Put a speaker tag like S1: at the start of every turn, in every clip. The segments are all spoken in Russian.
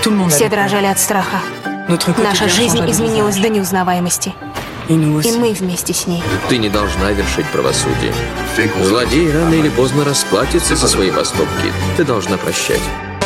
S1: Все дрожали от страха. Наша жизнь изменилась до неузнаваемости. И мы вместе с ней.
S2: Ты не должна вершить правосудие. Злодей рано или поздно расплатится за свои поступки. Ты должна прощать.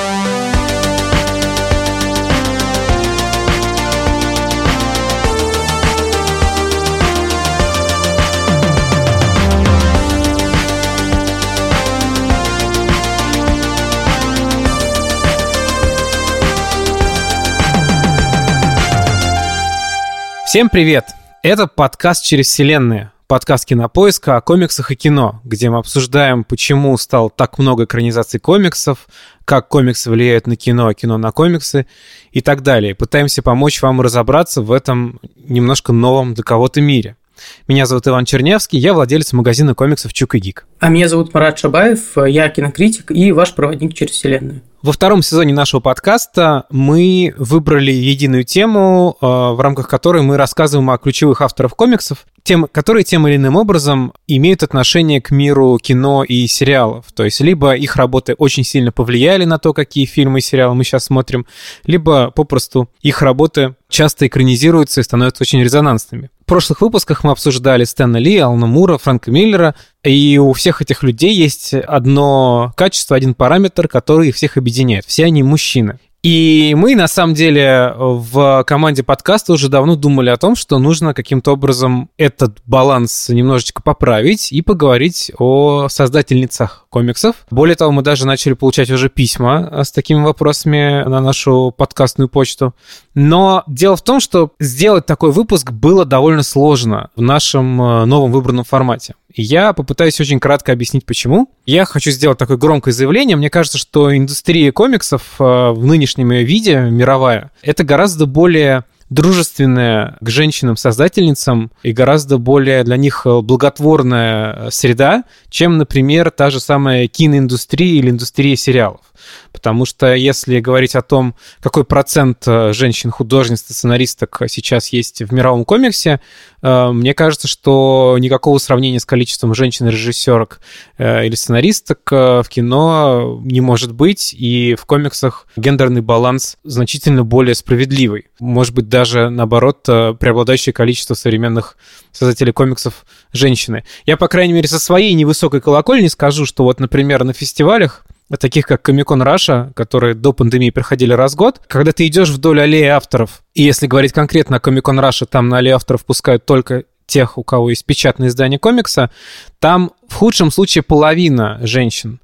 S3: Всем привет! Это подкаст «Через вселенные», подкаст Кинопоиска о комиксах и кино, где мы обсуждаем, почему стало так много экранизаций комиксов, как комиксы влияют на кино, а кино на комиксы и так далее. Пытаемся помочь вам разобраться в этом немножко новом для кого-то мире. Меня зовут Иван Чернявский, я владелец магазина комиксов «Чук и Гик».
S4: А меня зовут Марат Шабаев, я кинокритик и ваш проводник через вселенную.
S3: Во втором сезоне нашего подкаста мы выбрали единую тему, в рамках которой мы рассказываем о ключевых авторах комиксов, которые тем или иным образом имеют отношение к миру кино и сериалов. То есть либо их работы очень сильно повлияли на то, какие фильмы и сериалы мы сейчас смотрим, либо попросту их работы часто экранизируются и становятся очень резонансными. В прошлых выпусках мы обсуждали Стэна Ли, Алана Мура, Фрэнка Миллера, и у всех этих людей есть одно качество, один параметр, который их всех объединяет. Все они мужчины. И мы, на самом деле, в команде подкаста уже давно думали о том, что нужно каким-то образом этот баланс немножечко поправить и поговорить о создательницах комиксов. Более того, мы даже начали получать уже письма с такими вопросами на нашу подкастную почту. Но дело в том, что сделать такой выпуск было довольно сложно в нашем новом выбранном формате. И я попытаюсь очень кратко объяснить, почему. Я хочу сделать такое громкое заявление. Мне кажется, что индустрия комиксов в нынешнем ее виде, мировая, это гораздо более дружественная к женщинам-создательницам и гораздо более для них благотворная среда, чем, например, та же самая киноиндустрия или индустрия сериалов. Потому что если говорить о том, какой процент женщин-художниц и сценаристок сейчас есть в мировом комиксе, мне кажется, что никакого сравнения с количеством женщин-режиссерок или сценаристок в кино не может быть, и в комиксах гендерный баланс значительно более справедливый. Может быть, даже, наоборот, преобладающее количество современных создателей комиксов женщины. Я, по крайней мере, со своей невысокой колокольни скажу, что вот, например, на фестивалях, таких как Comic-Con Russia, которые до пандемии проходили раз в год, когда ты идешь вдоль аллеи авторов, и если говорить конкретно о Comic-Con Russia, там на аллею авторов пускают только тех, у кого есть печатное издание комикса, там в худшем случае половина женщин.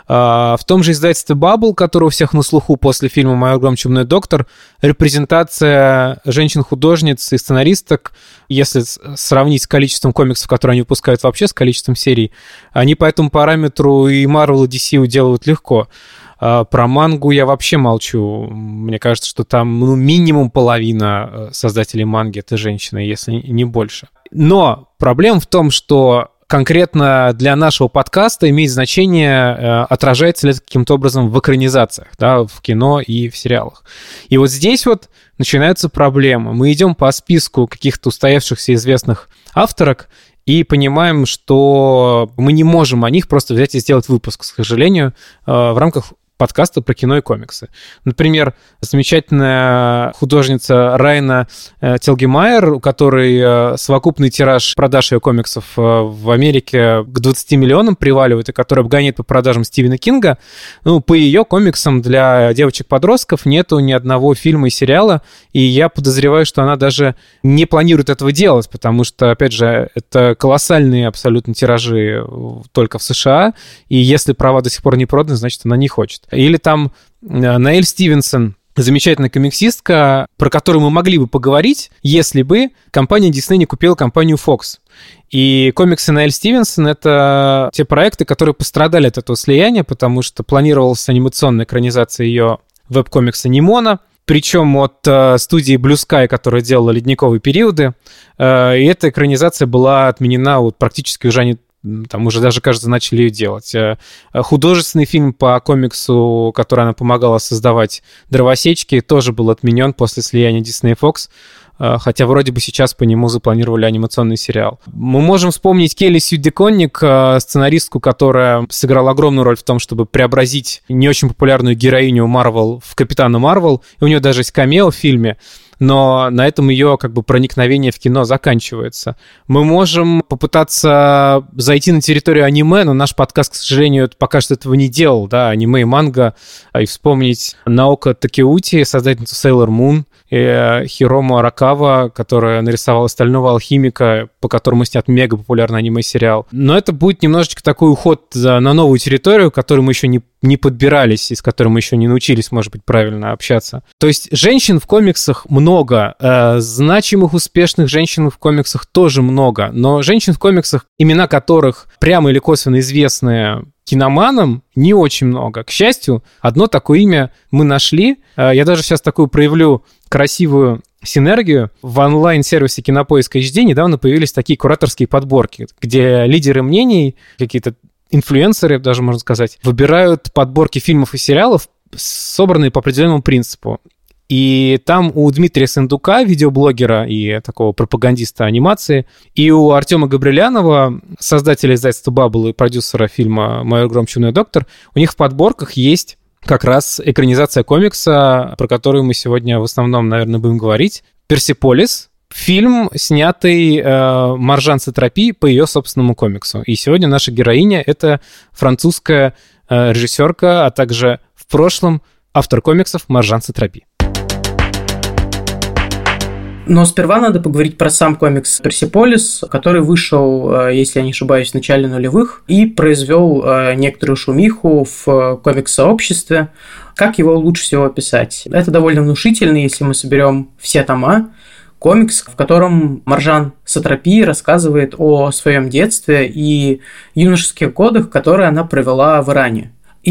S3: В том же издательстве Bubble, которое у всех на слуху после фильма «Майор Гром. Чумной доктор», репрезентация женщин-художниц и сценаристок, если сравнить с количеством комиксов, которые они выпускают вообще, с количеством серий, они по этому параметру и Marvel, и DC уделывают легко. Про мангу я вообще молчу. Мне кажется, что там минимум половина создателей манги — это женщины, если не больше. Но проблема в том, что конкретно для нашего подкаста имеет значение, отражается ли это каким-то образом в экранизациях, да, в кино и в сериалах. И вот здесь вот начинаются проблемы. Мы идем по списку каких-то устоявшихся известных авторок и понимаем, что мы не можем о них просто взять и сделать выпуск, к сожалению, в рамках подкаста про кино и комиксы. Например, замечательная художница Райна Телгемайер, у которой совокупный тираж продаж ее комиксов в Америке к 20 миллионам приваливает, и которая обгоняет по продажам Стивена Кинга. Ну, по ее комиксам для девочек-подростков нету ни одного фильма и сериала, и я подозреваю, что она даже не планирует этого делать, потому что, опять же, это колоссальные абсолютно тиражи только в США, и если права до сих пор не проданы, значит, она не хочет. Или там Ноэль Стивенсон, замечательная комиксистка, про которую мы могли бы поговорить, если бы компания Disney не купила компанию Fox. И комиксы Ноэль Стивенсон — это те проекты, которые пострадали от этого слияния, потому что планировалась анимационная экранизация ее веб-комикса «Нимона», причем от студии Blue Sky, которая делала «Ледниковые периоды». И эта экранизация была отменена вот практически уже там уже даже, кажется, начали ее делать. Художественный фильм по комиксу, который она помогала создавать, «Дровосечки», тоже был отменен после слияния Disney и Fox, хотя вроде бы сейчас по нему запланировали анимационный сериал. Мы можем вспомнить Келли Сью Деконник, сценаристку, которая сыграла огромную роль в том, чтобы преобразить не очень популярную героиню Марвел в Капитана Марвел. И у нее даже есть камео в фильме, но на этом ее как бы проникновение в кино заканчивается. Мы можем попытаться зайти на территорию аниме, но наш подкаст, к сожалению, пока что этого не делал, да, аниме и манга, и вспомнить Наока Такеути, создательницу Sailor Moon, и Хирому Аракава, которая нарисовала «Стального алхимика», по которому снят мега популярный аниме-сериал. Но это будет немножечко такой уход на новую территорию, к которой мы еще не подбирались, и с которой мы еще не научились, может быть, правильно общаться. То есть женщин в комиксах много, значимых, успешных женщин в комиксах тоже много, но женщин в комиксах, имена которых прямо или косвенно известны киноманам, не очень много. К счастью, одно такое имя мы нашли. Я даже сейчас такую проявлю красивую синергию. В онлайн-сервисе Кинопоиск HD недавно появились такие кураторские подборки, где лидеры мнений, какие-то инфлюенсеры, даже можно сказать, выбирают подборки фильмов и сериалов, собранные по определенному принципу. И там у Дмитрия Сандука, видеоблогера и такого пропагандиста анимации, и у Артема Габрилянова, создателя издательства «Баббл» и продюсера фильма «Майор Гром. Чудный доктор», у них в подборках есть как раз экранизация комикса, про которую мы сегодня в основном, наверное, будем говорить. «Персеполис». Фильм, снятый Маржан Сатрапи по ее собственному комиксу. И сегодня наша героиня — это французская режиссерка, а также в прошлом автор комиксов Маржан Сатрапи.
S4: Но сперва надо поговорить про сам комикс «Персеполис», который вышел, если я не ошибаюсь, в начале нулевых и произвел некоторую шумиху в комикс-сообществе. Как его лучше всего описать? Это довольно внушительно, если мы соберем все тома. Комикс, в котором Маржан Сатрапи рассказывает о своем детстве и юношеских годах, которые она провела в Иране.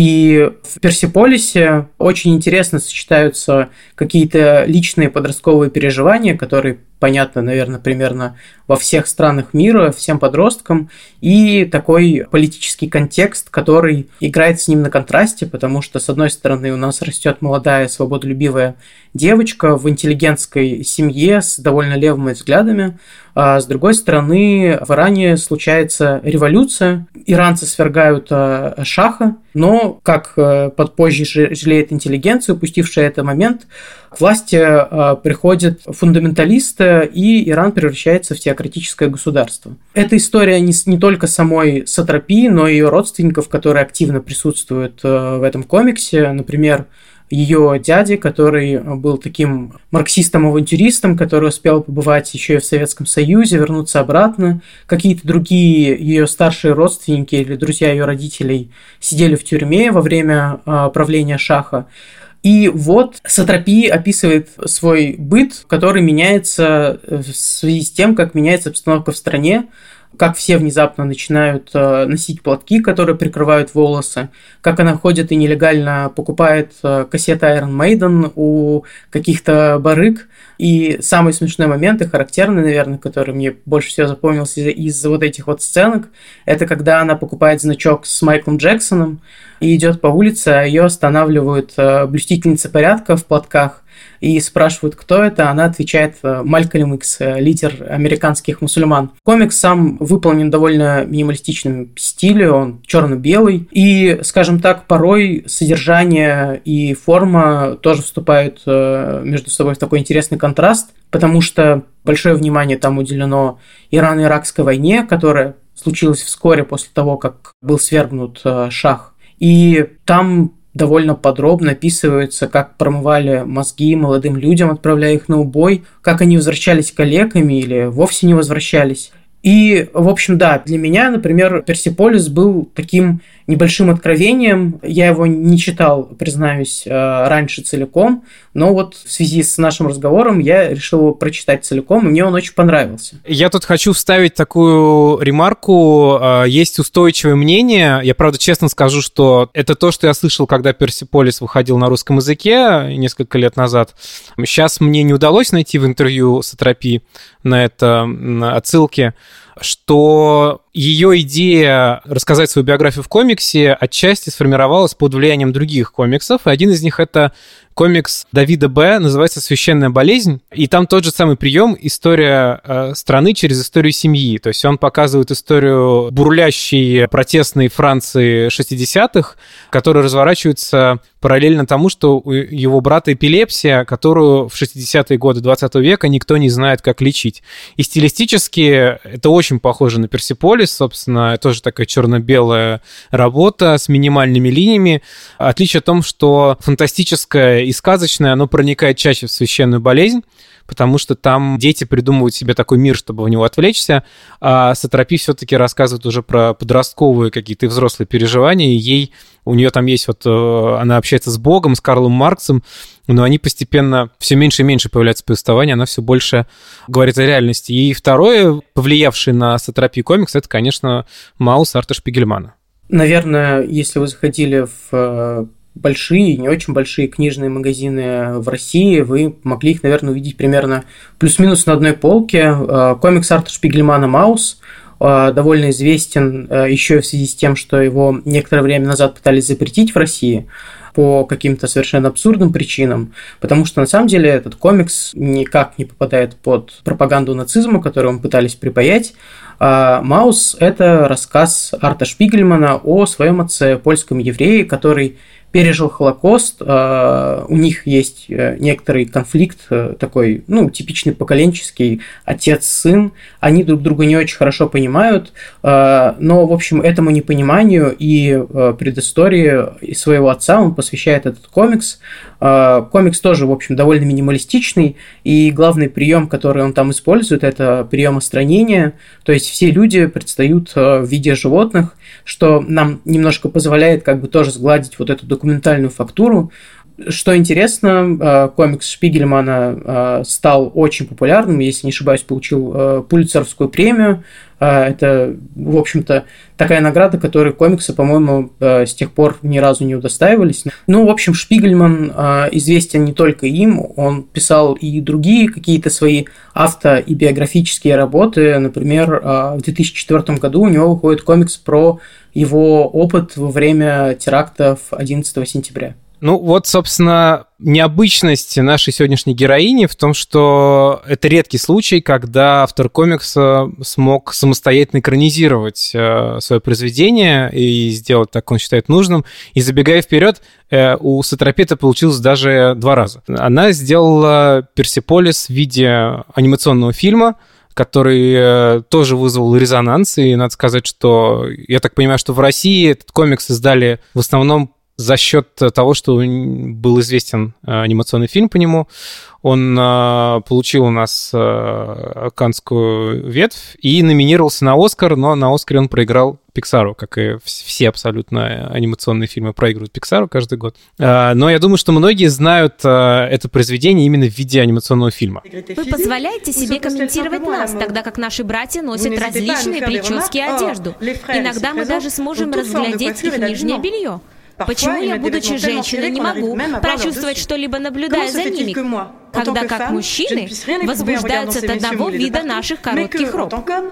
S4: И в «Персеполисе» очень интересно сочетаются какие-то личные подростковые переживания, которые понятно, наверное, примерно во всех странах мира, всем подросткам, и такой политический контекст, который играет с ним на контрасте, потому что, с одной стороны, у нас растет молодая, свободолюбивая девочка в интеллигентской семье с довольно левыми взглядами, а с другой стороны, в Иране случается революция, иранцы свергают шаха, но, как позже жалеет интеллигенция, упустившая этот момент, к власти приходят фундаменталисты, и Иран превращается в теократическое государство. Эта история не только самой Сатрапи, но и ее родственников, которые активно присутствуют в этом комиксе. Например, ее дяди, который был таким марксистом-авантюристом, который успел побывать еще и в Советском Союзе, вернуться обратно. Какие-то другие ее старшие родственники или друзья ее родителей сидели в тюрьме во время правления шаха. И вот Сатрапи описывает свой быт, который меняется в связи с тем, как меняется обстановка в стране, как все внезапно начинают носить платки, которые прикрывают волосы, как она ходит и нелегально покупает кассеты Iron Maiden у каких-то барыг. И самый смешной момент и характерный, наверное, который мне больше всего запомнился из вот этих вот сценок, это когда она покупает значок с Майклом Джексоном и идет по улице, а ее останавливают блюстительницы порядка в платках и спрашивают, кто это. Она отвечает: Малькольм Икс, лидер американских мусульман. Комикс сам выполнен в довольно минималистичном стиле, он черно-белый. И, скажем так, порой содержание и форма тоже вступают между собой в такой интересный контраст, потому что большое внимание там уделено Ирано-Иракской войне, которая случилась вскоре после того, как был свергнут шах. И там довольно подробно описывается, как промывали мозги молодым людям, отправляя их на убой, как они возвращались калеками или вовсе не возвращались. И, в общем, да, для меня, например, «Персеполис» был таким небольшим откровением. Я его не читал, признаюсь, раньше целиком, но вот в связи с нашим разговором я решил его прочитать целиком, и мне он очень понравился.
S3: Я тут хочу вставить такую ремарку. Есть устойчивое мнение. Я, правда, честно скажу, что это то, что я слышал, когда «Персеполис» выходил на русском языке несколько лет назад. Сейчас мне не удалось найти в интервью Сатрапи на это отсылки. что ее идея рассказать свою биографию в комиксе отчасти сформировалась под влиянием других комиксов, и один из них — это комикс Давида Б., называется «Священная болезнь», и там тот же самый прием — история страны через историю семьи. То есть он показывает историю бурлящей протестной Франции 60-х, которая разворачивается параллельно тому, что у его брата эпилепсия, которую в 60-е годы 20 века никто не знает, как лечить. И стилистически это очень похоже на «Персеполис», собственно, тоже такая черно-белая работа с минимальными линиями. Отличие в том, что фантастическое и сказочное, оно проникает чаще в священную болезнь, потому что там дети придумывают себе такой мир, чтобы в него отвлечься, а Сатрапи все-таки рассказывает уже про подростковые какие-то взрослые переживания, и у нее там есть она общается с Богом, с Карлом Марксом, но они постепенно все меньше и меньше появляются в повествовании, она все больше говорит о реальности. И второе, повлиявший на Сатрапи комикс, это, конечно, Маус Арта Шпигельмана.
S4: Наверное, если вы заходили в большие, не очень большие книжные магазины в России, вы могли их, наверное, увидеть примерно плюс-минус на одной полке. Комикс Арта Шпигельмана «Маус» довольно известен еще в связи с тем, что его некоторое время назад пытались запретить в России по каким-то совершенно абсурдным причинам, потому что на самом деле этот комикс никак не попадает под пропаганду нацизма, которую мы пытались припаять. «Маус» — это рассказ Арта Шпигельмана о своем отце, польском еврее, который пережил Холокост, у них есть некоторый конфликт такой, типичный поколенческий, отец-сын, они друг друга не очень хорошо понимают, но, в общем, этому непониманию и предыстории своего отца он посвящает этот комикс. Комикс тоже, в общем, довольно минималистичный, и главный прием, который он там использует, это прием остранения, то есть все люди предстают в виде животных, что нам немножко позволяет как бы тоже сгладить вот эту документальную фактуру. Что интересно, комикс Шпигельмана стал очень популярным, если не ошибаюсь, получил Пулитцеровскую премию. Это, в общем-то, такая награда, которой комиксы, по-моему, с тех пор ни разу не удостаивались. В общем, Шпигельман известен не только им, он писал и другие какие-то свои авто- и биографические работы. Например, в 2004 году у него выходит комикс про его опыт во время терактов 11 сентября.
S3: Собственно, необычность нашей сегодняшней героини в том, что это редкий случай, когда автор комикса смог самостоятельно экранизировать свое произведение и сделать так, как он считает нужным. И забегая вперед, у Сатрапи это получилось даже 2 раза. Она сделала «Персеполис» в виде анимационного фильма, который тоже вызвал резонанс. И надо сказать, что я так понимаю, что в России этот комикс издали в основном за счет того, что был известен анимационный фильм по нему. Он получил у нас Каннскую ветвь и номинировался на «Оскар», но на «Оскаре» он проиграл Пиксару, как и все абсолютно анимационные фильмы проигрывают Пиксару каждый год. Но я думаю, что многие знают это произведение именно в виде анимационного фильма.
S5: Вы позволяете себе комментировать нас, тогда как наши братья носят различные прически и одежду. Иногда мы даже сможем разглядеть их нижнее белье. Почему я, будучи женщиной, не могу прочувствовать что-либо, наблюдая за ними, когда как мужчины возбуждаются от одного вида наших коротких рок?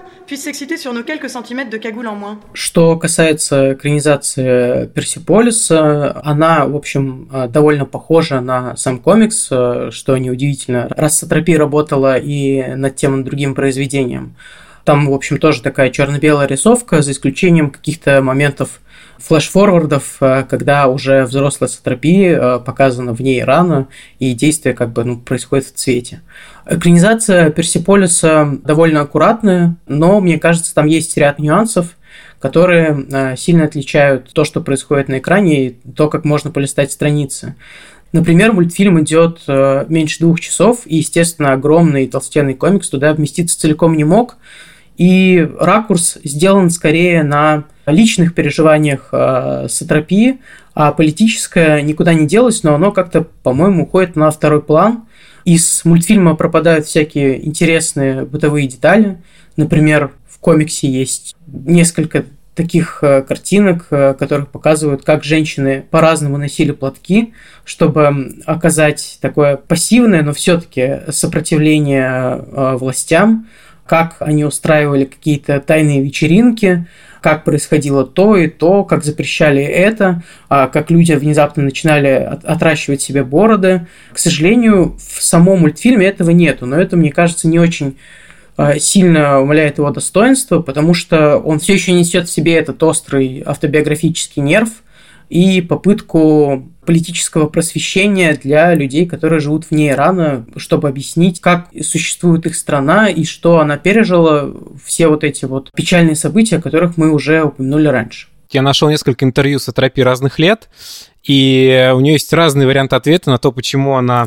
S4: Что касается экранизации Персеполиса, она, в общем, довольно похожа на сам комикс, что неудивительно, раз Сатрапи работала и над тем и другим произведением. Там, в общем, тоже такая черно-белая рисовка, за исключением каких-то моментов флэш-форвардов, когда уже взрослая Сатрапи показана в ней рано, и действие происходит в цвете. Экранизация Персеполиса довольно аккуратная, но, мне кажется, там есть ряд нюансов, которые сильно отличают то, что происходит на экране, и то, как можно полистать страницы. Например, мультфильм идет меньше 2 часов, и, естественно, огромный толстенный комикс туда вместиться целиком не мог, и ракурс сделан скорее на личных переживаниях Сатрапи, а политическое никуда не делось, но оно как-то, по-моему, уходит на второй план. Из мультфильма пропадают всякие интересные бытовые детали. Например, в комиксе есть несколько таких картинок, которых показывают, как женщины по-разному носили платки, чтобы оказать такое пассивное, но все-таки сопротивление властям. как они устраивали какие-то тайные вечеринки, как происходило то и то, как запрещали это, как люди внезапно начинали отращивать себе бороды. К сожалению, в самом мультфильме этого нету, но это, мне кажется, не очень сильно умаляет его достоинство, потому что он все еще несет в себе этот острый автобиографический нерв и попытку политического просвещения для людей, которые живут вне Ирана, чтобы объяснить, как существует их страна и что она пережила, все вот эти вот печальные события, о которых мы уже упомянули раньше.
S3: Я нашел несколько интервью с Сатрапи разных лет, и у нее есть разные варианты ответа на то, почему она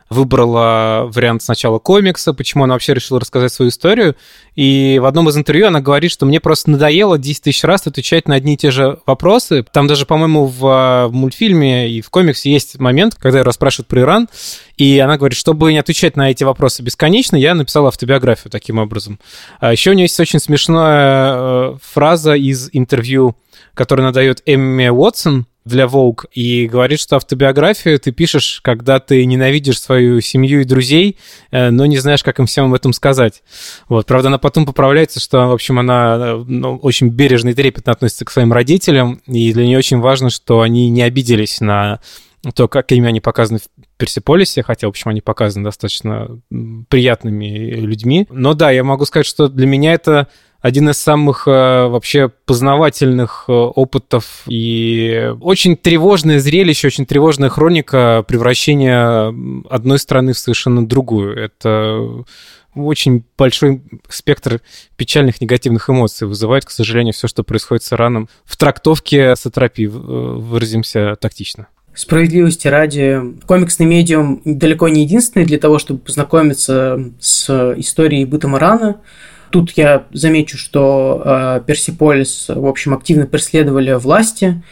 S3: выбрала вариант сначала комикса, почему она вообще решила рассказать свою историю. И в одном из интервью она говорит, что мне просто надоело 10 тысяч раз отвечать на одни и те же вопросы. Там даже, по-моему, в мультфильме и в комиксе есть момент, когда ее расспрашивают про Иран, и она говорит, чтобы не отвечать на эти вопросы бесконечно, я написала автобиографию таким образом. А еще у нее есть очень смешная фраза из интервью, которую она дает Эмме Уотсон для Vogue, и говорит, что автобиографию ты пишешь, когда ты ненавидишь свою семью и друзей, но не знаешь, как им всем об этом сказать. Вот. Правда, она потом поправляется, что, в общем, она очень бережно и трепетно относится к своим родителям, и для нее очень важно, что они не обиделись на то, какими они показаны в Персеполисе, хотя, в общем, они показаны достаточно приятными людьми. Но да, я могу сказать, что для меня это один из самых вообще познавательных опытов и очень тревожное зрелище, очень тревожная хроника превращения одной страны в совершенно другую. Это очень большой спектр печальных, негативных эмоций вызывает, к сожалению, все, что происходит с Ираном. В трактовке Сатрапи, выразимся тактично.
S4: Справедливости ради, комиксный медиум далеко не единственный для того, чтобы познакомиться с историей и бытом Ирана. Тут я замечу, что Персеполис, в общем, активно преследовали власти,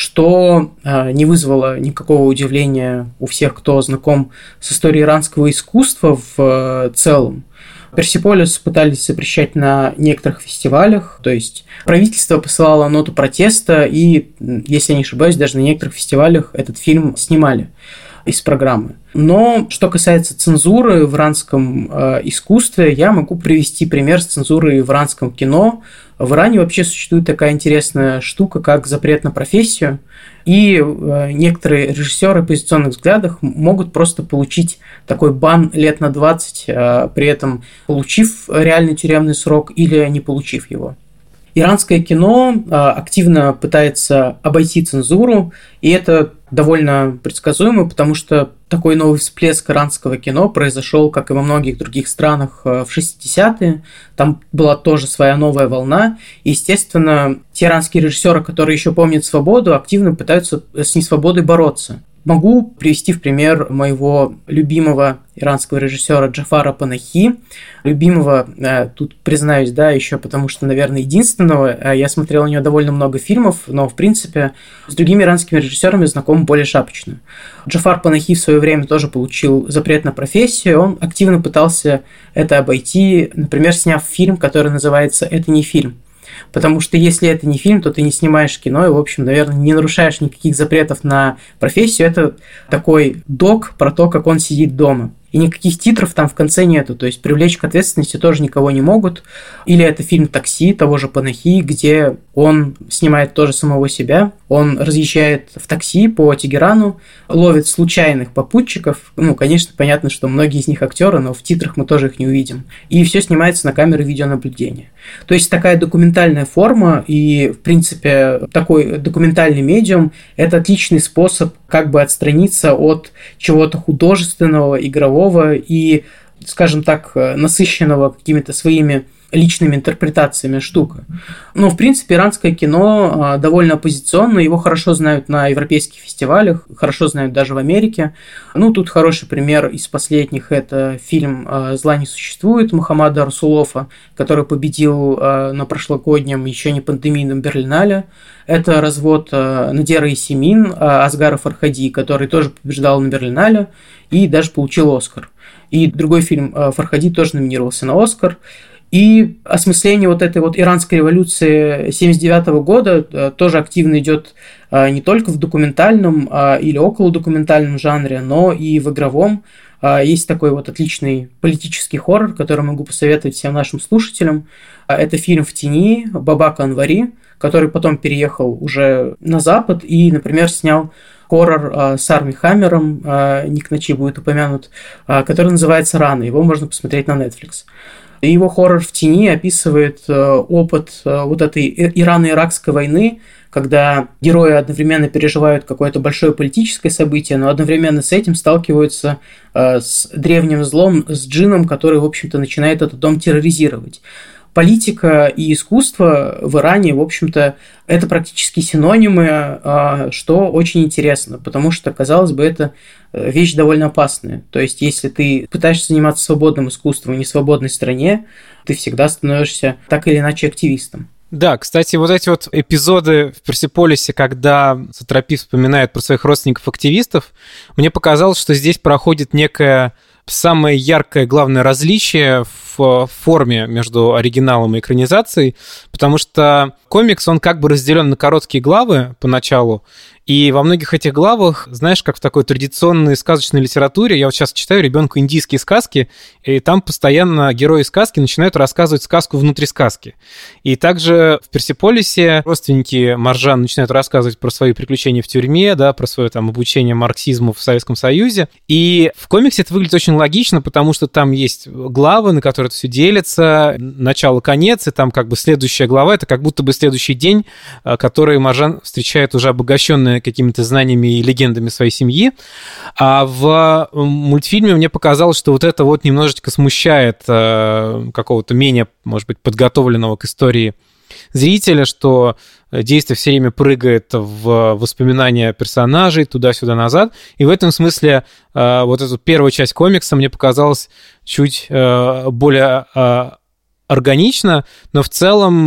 S4: что не вызвало никакого удивления у всех, кто знаком с историей иранского искусства в целом. Персеполис пытались запрещать на некоторых фестивалях, то есть правительство посылало ноту протеста, и, если я не ошибаюсь, даже на некоторых фестивалях этот фильм снимали из программы. Но что касается цензуры в иранском искусстве, я могу привести пример с цензурой в иранском кино. В Иране вообще существует такая интересная штука, как запрет на профессию, и некоторые режиссеры оппозиционных взглядов могут просто получить такой бан лет на 20, при этом получив реальный тюремный срок или не получив его. Иранское кино активно пытается обойти цензуру, и это довольно предсказуемо, потому что такой новый всплеск иранского кино произошел, как и во многих других странах, в 60-е. Там была тоже своя новая волна. И, естественно, те иранские режиссеры, которые еще помнят свободу, активно пытаются с несвободой бороться. Могу привести в пример моего любимого иранского режиссера Джафара Панахи. Любимого, тут признаюсь, да, еще потому что, наверное, единственного. Я смотрел у него довольно много фильмов, но, в принципе, с другими иранскими режиссерами знаком более шапочно. Джафар Панахи в свое время тоже получил запрет на профессию. Он активно пытался это обойти, например, сняв фильм, который называется «Это не фильм». Потому что если это не фильм, то ты не снимаешь кино и, в общем, наверное, не нарушаешь никаких запретов на профессию. Это такой док про то, как он сидит дома. И никаких титров там в конце нету, то есть привлечь к ответственности тоже никого не могут. Или это фильм «Такси» того же Панахи, где он снимает тоже самого себя. Он разъезжает в такси по Тегерану, ловит случайных попутчиков. Ну, конечно, понятно, что многие из них актеры, но в титрах мы тоже их не увидим. И все снимается на камеры видеонаблюдения. То есть такая документальная форма и, в принципе, такой документальный медиум – это отличный способ как бы отстраниться от чего-то художественного, игрового и, скажем так, насыщенного какими-то своими личными интерпретациями штука. Но, в принципе, иранское кино довольно оппозиционное, его хорошо знают на европейских фестивалях, хорошо знают даже в Америке. Ну, тут хороший пример из последних – это фильм «Зла не существует» Мухаммада Расулова, который победил на прошлогоднем еще не пандемийном Берлинале. Это развод Надера Ясемин, Асгара Фархади, который тоже побеждал на Берлинале и даже получил Оскар. И другой фильм Фархади тоже номинировался на Оскар. И осмысление вот этой вот иранской революции 1979 года тоже активно идет не только в документальном или околодокументальном жанре, но и в игровом. Есть такой вот отличный политический хоррор, который могу посоветовать всем нашим слушателям. Это фильм «В тени» Бабака Анвари, который потом переехал уже на Запад и, например, снял хоррор с Арми Хаммером, Ник Ночи будет упомянут, который называется «Раны». Его можно посмотреть на Netflix. Его хоррор «В тени» описывает опыт вот этой Ирано-Иракской войны, когда герои одновременно переживают какое-то большое политическое событие, но одновременно с этим сталкиваются с древним злом, с джинном, который, в общем-то, начинает этот дом терроризировать. Политика и искусство в Иране, в общем-то, это практически синонимы, что очень интересно, потому что, казалось бы, это вещь довольно опасная. То есть, если ты пытаешься заниматься свободным искусством в несвободной стране, ты всегда становишься так или иначе активистом.
S3: Да, кстати, вот эти вот эпизоды в Персеполисе, когда Сатрапи вспоминает про своих родственников-активистов, мне показалось, что здесь проходит некое самое яркое, главное различие в форме между оригиналом и экранизацией, потому что комикс, он как бы разделен на короткие главы поначалу, и во многих этих главах, знаешь, как в такой традиционной сказочной литературе, я вот сейчас читаю ребенку индийские сказки, и там постоянно герои сказки начинают рассказывать сказку внутри сказки. И также в Персеполисе родственники Маржан начинают рассказывать про свои приключения в тюрьме, да, про свое там обучение марксизму в Советском Союзе. И в комиксе это выглядит очень логично, потому что там есть главы, на которые это все делится, начало-конец, и там как бы следующая глава, это как будто бы следующий день, который Маржан встречает уже обогащенный какими-то знаниями и легендами своей семьи. А в мультфильме мне показалось, что вот это вот немножечко смущает какого-то менее, может быть, подготовленного к истории зрителя, что действие все время прыгает в воспоминания персонажей туда-сюда назад. И в этом смысле вот эту первую часть комикса мне показалась чуть более органично, но в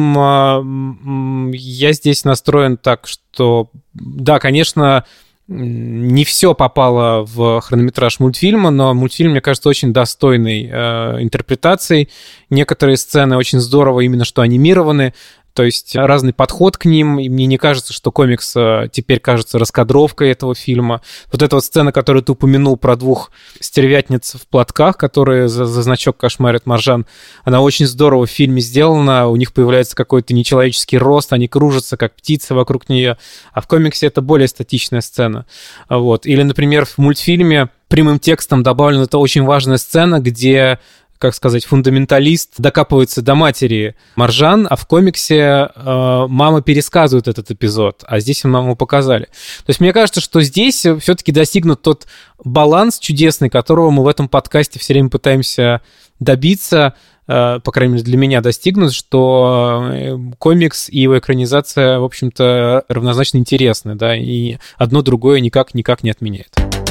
S3: целом я здесь настроен так, что да, конечно, не все попало в хронометраж мультфильма, но мультфильм, мне кажется, очень достойной интерпретацией. Некоторые сцены очень здорово именно что анимированы, то есть разный подход к ним, и мне не кажется, что комикс теперь кажется раскадровкой этого фильма. Вот эта вот сцена, которую ты упомянул про двух стервятниц в платках, которые за значок кошмарят Маржан, она очень здорово в фильме сделана, у них появляется какой-то нечеловеческий рост, они кружатся, как птицы вокруг нее, а в комиксе это более статичная сцена. Вот. Или, например, в мультфильме прямым текстом добавлена эта очень важная сцена, где, как сказать, фундаменталист докапывается до матери Маржан, а в комиксе мама пересказывает этот эпизод, а здесь нам его показали. То есть мне кажется, что здесь все-таки достигнут тот баланс чудесный, которого мы в этом подкасте все время пытаемся добиться, по крайней мере, для меня достигнут, что комикс и его экранизация, в общем-то, равнозначно интересны, да, и одно другое никак не отменяет.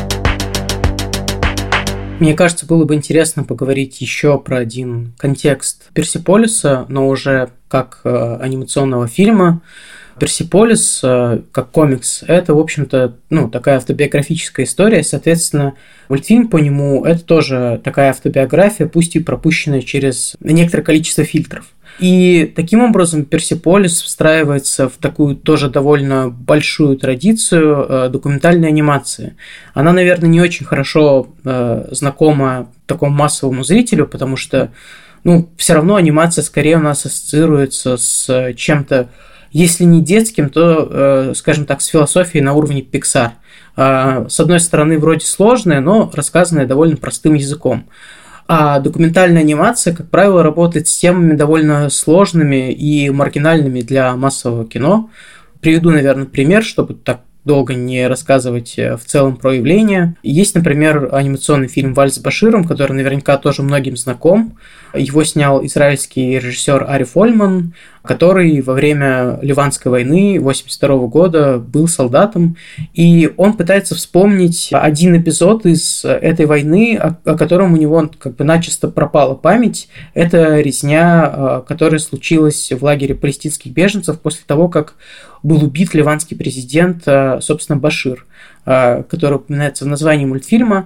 S4: Мне кажется, было бы интересно поговорить еще про один контекст Персеполиса, но уже как анимационного фильма. Персеполис, как комикс, это, в общем-то, такая автобиографическая история, соответственно, мультфильм по нему – это тоже такая автобиография, пусть и пропущенная через некоторое количество фильтров. И таким образом Персеполис встраивается в такую тоже довольно большую традицию документальной анимации. Она, наверное, не очень хорошо знакома такому массовому зрителю, потому что все равно анимация скорее у нас ассоциируется с чем-то, если не детским, то, скажем так, с философией на уровне Pixar. С одной стороны, вроде сложная, но рассказанная довольно простым языком. А документальная анимация, как правило, работает с темами довольно сложными и маргинальными для массового кино. Приведу, наверное, пример, чтобы так долго не рассказывать в целом про явление. Есть, например, анимационный фильм «Вальс с Баширом», который наверняка тоже многим знаком. Его снял израильский режиссер Ариф Ольман, который во время Ливанской войны 1982 года был солдатом, и он пытается вспомнить один эпизод из этой войны, о котором у него как бы начисто пропала память. Это резня, которая случилась в лагере палестинских беженцев после того, как был убит ливанский президент, собственно, Башир, который упоминается в названии мультфильма.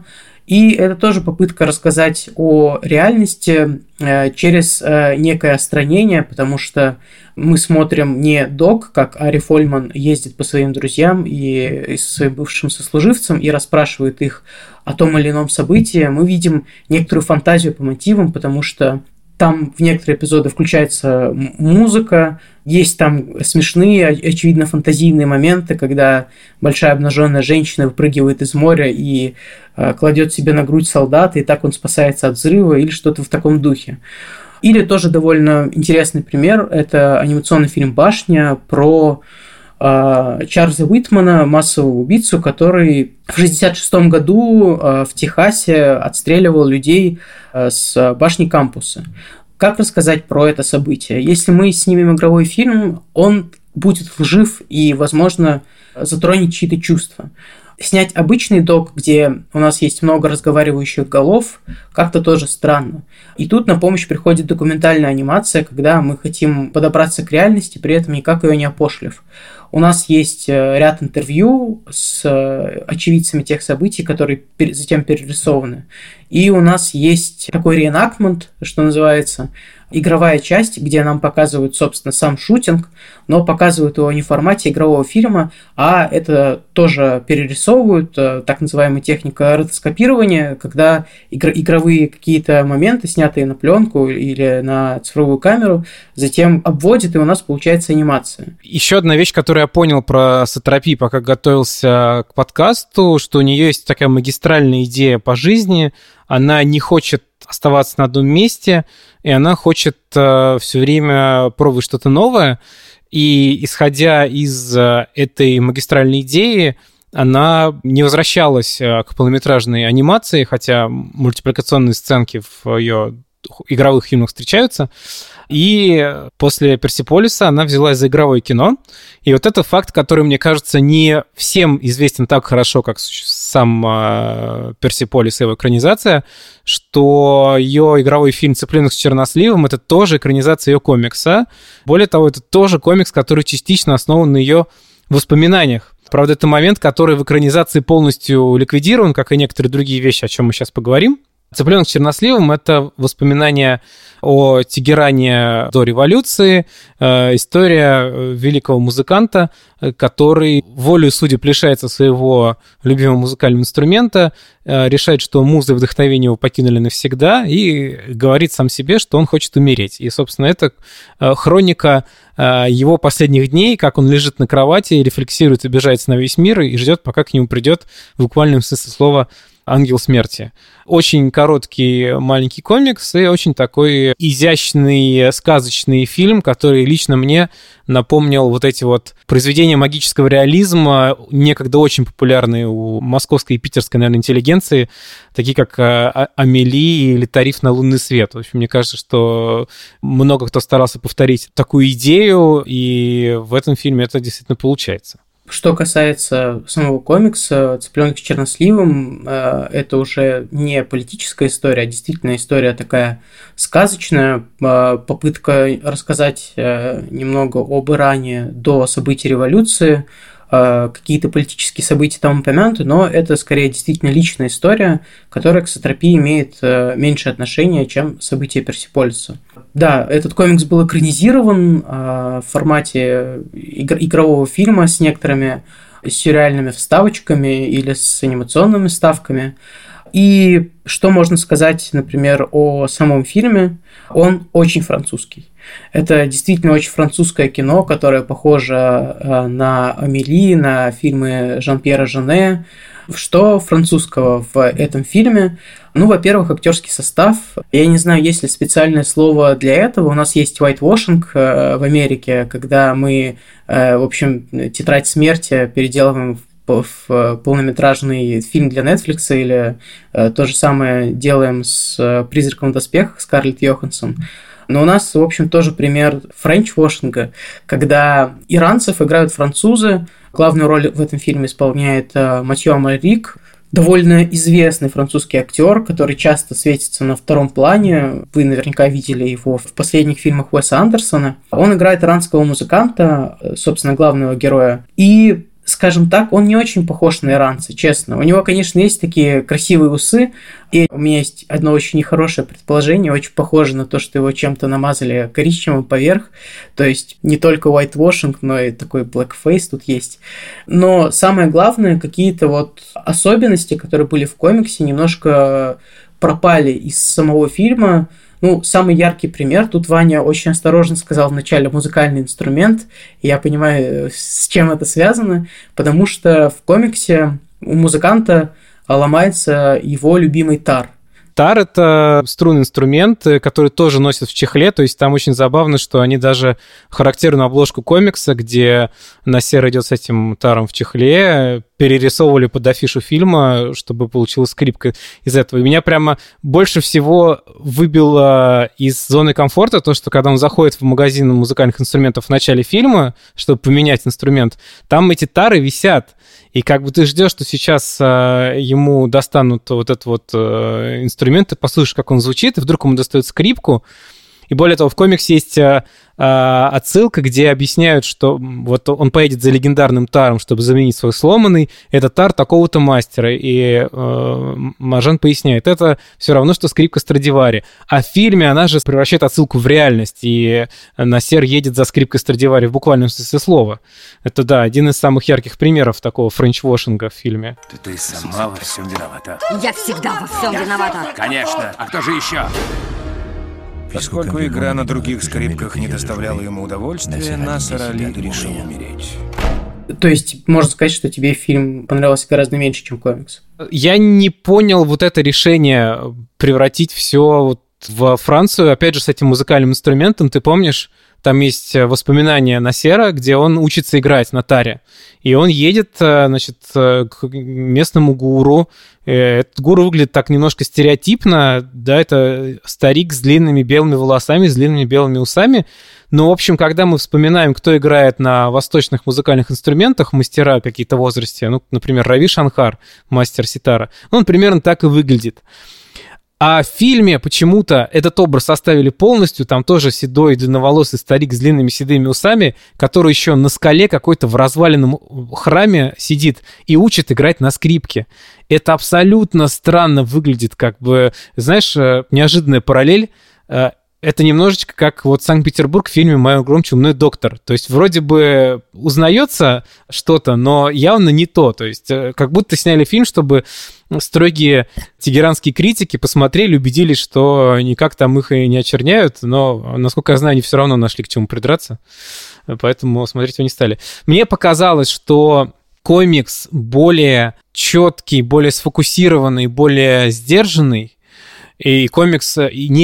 S4: И это тоже попытка рассказать о реальности через некое отстранение, потому что мы смотрим не док, как Ари Фольман ездит по своим друзьям и со своим бывшим сослуживцам и расспрашивает их о том или ином событии. Мы видим некоторую фантазию по мотивам, потому что там в некоторые эпизоды включается музыка, есть там смешные, очевидно, фантазийные моменты, когда большая обнаженная женщина выпрыгивает из моря и кладет себе на грудь солдата, и так он спасается от взрыва или что-то в таком духе. Или тоже довольно интересный пример – это анимационный фильм «Башня» про Чарльза Уитмана, массового убийцу, который в 1966 году в Техасе отстреливал людей с башни кампуса. Как рассказать про это событие? Если мы снимем игровой фильм, он будет лжив и, возможно, затронет чьи-то чувства. Снять обычный док, где у нас есть много разговаривающих голов, как-то тоже странно. И тут на помощь приходит документальная анимация, когда мы хотим подобраться к реальности, при этом никак ее не опошлив. У нас есть ряд интервью с очевидцами тех событий, которые затем перерисованы. И у нас есть такой реэнактмент, что называется, игровая часть, где нам показывают, собственно, сам шутинг, но показывают его не в формате игрового фильма, а это тоже перерисовывают, так называемая техника ротоскопирования, когда игровые какие-то моменты, снятые на пленку или на цифровую камеру, затем обводят, и у нас получается анимация.
S3: Еще одна вещь, которую я понял про Сатрапи, пока готовился к подкасту, что у нее есть такая магистральная идея по жизни, она не хочет оставаться на одном месте, и она хочет все время пробовать что-то новое. И исходя из этой магистральной идеи, она не возвращалась к полнометражной анимации, хотя мультипликационные сценки в ее игровых фильмах встречаются. И после «Персеполиса» она взялась за игровое кино. И вот это факт, который, мне кажется, не всем известен так хорошо, как сам «Персеполис» и его экранизация, что ее игровой фильм «Цыпленок с черносливом» — это тоже экранизация ее комикса. Более того, это тоже комикс, который частично основан на ее воспоминаниях. Правда, это момент, который в экранизации полностью ликвидирован, как и некоторые другие вещи, о чем мы сейчас поговорим. «Цыпленок с черносливом» — это воспоминания о Тегеране до революции, история великого музыканта, который волею судеб лишается своего любимого музыкального инструмента, решает, что музы и вдохновение его покинули навсегда, и говорит сам себе, что он хочет умереть. И, собственно, это хроника его последних дней, как он лежит на кровати, рефлексирует, обижается на весь мир и ждет, пока к нему придет в буквальном смысле слова «Ангел смерти». Очень короткий маленький комикс и очень такой изящный, сказочный фильм, который лично мне напомнил вот эти вот произведения магического реализма, некогда очень популярные у московской и питерской, наверное, интеллигенции, такие как «Амели» или «Тариф на лунный свет». В общем, мне кажется, что много кто старался повторить такую идею, и в этом фильме это действительно получается.
S4: Что касается самого комикса «Цыпленок с черносливом», это уже не политическая история, а действительно история такая сказочная, попытка рассказать немного об Иране до событий революции, какие-то политические события там упомянуты, но это скорее действительно личная история, которая к Сатрапи имеет меньше отношения, чем события Персеполиса. Да, этот комикс был экранизирован в формате игрового фильма с некоторыми сюрреальными вставочками или с анимационными вставками. И что можно сказать, например, о самом фильме? Он очень французский. Это действительно очень французское кино, которое похоже на «Амели», на фильмы Жан-Пьера Жене. Что французского в этом фильме? Ну, во-первых, актерский состав. Я не знаю, есть ли специальное слово для этого. У нас есть whitewashing в Америке, когда мы, в общем, «Тетрадь смерти» переделываем в полнометражный фильм для Netflix, или то же самое делаем с «Призраком в доспехах» Скарлетт Йоханссон. Но у нас, в общем, тоже пример френч-вошинга, когда иранцев играют французы. Главную роль в этом фильме исполняет Матью Амарик, довольно известный французский актер, который часто светится на втором плане. Вы наверняка видели его в последних фильмах Уэса Андерсона. Он играет иранского музыканта, собственно, главного героя. И скажем так, он не очень похож на иранца, честно. У него, конечно, есть такие красивые усы, и у меня есть одно очень нехорошее предположение, очень похоже на то, что его чем-то намазали коричневым поверх, то есть не только whitewashing, но и такой blackface тут есть. Но самое главное, какие-то вот особенности, которые были в комиксе, немножко пропали из самого фильма. Ну, самый яркий пример, тут Ваня очень осторожно сказал вначале музыкальный инструмент, и я понимаю, с чем это связано, потому что в комиксе у музыканта ломается его любимый тар.
S3: Тар — это струнный инструмент, который тоже носят в чехле, то есть там очень забавно, что они даже характерную обложку комикса, где Насер идет с этим таром в чехле, перерисовывали под афишу фильма, чтобы получилась скрипка из этого. И меня прямо больше всего выбило из зоны комфорта то, что когда он заходит в магазин музыкальных инструментов в начале фильма, чтобы поменять инструмент, там эти тары висят. И как бы ты ждешь, что сейчас ему достанут вот этот вот инструмент, ты послушаешь, как он звучит, и вдруг ему достают скрипку. И более того, в комиксе есть отсылка, где объясняют, что вот он поедет за легендарным таром, чтобы заменить свой сломанный. Это тар такого-то мастера. И Маржан поясняет, это все равно, что скрипка Страдивари. А в фильме она же превращает отсылку в реальность. И Насер едет за скрипкой Страдивари в буквальном смысле слова. Это, да, один из самых ярких примеров такого френч-вошинга в фильме.
S6: Ты сама во всем виновата.
S7: Я всегда во всем виновата.
S6: Конечно. А кто же еще? Поскольку игра на других скрипках не доставляла ему удовольствия, Насер Али решил умереть.
S4: То есть, можно сказать, что тебе фильм понравился гораздо меньше, чем комикс?
S3: Я не понял вот это решение превратить все вот в Францию, опять же, с этим музыкальным инструментом. Ты помнишь, там есть воспоминания Насера, где он учится играть на таре. И он едет, значит, к местному гуру. Этот гуру выглядит так немножко стереотипно, да, это старик с длинными белыми волосами, с длинными белыми усами. Но, в общем, когда мы вспоминаем, кто играет на восточных музыкальных инструментах, мастера какие-то в возрасте, ну, например, Рави Шанкар, мастер ситара, он примерно так и выглядит. А в фильме почему-то этот образ оставили полностью, там тоже седой, длинноволосый старик с длинными седыми усами, который еще на скале какой-то в разваленном храме сидит и учит играть на скрипке. Это абсолютно странно выглядит, как бы, знаешь, неожиданная параллель. Это немножечко как вот Санкт-Петербург в фильме «Мой огромный чумной доктор». То есть вроде бы узнается что-то, но явно не то. То есть как будто сняли фильм, чтобы строгие тегеранские критики посмотрели, убедились, что никак там их и не очерняют, но, насколько я знаю, они все равно нашли к чему придраться, поэтому смотреть его не стали. Мне показалось, что комикс более четкий, более сфокусированный, более сдержанный, и комикс не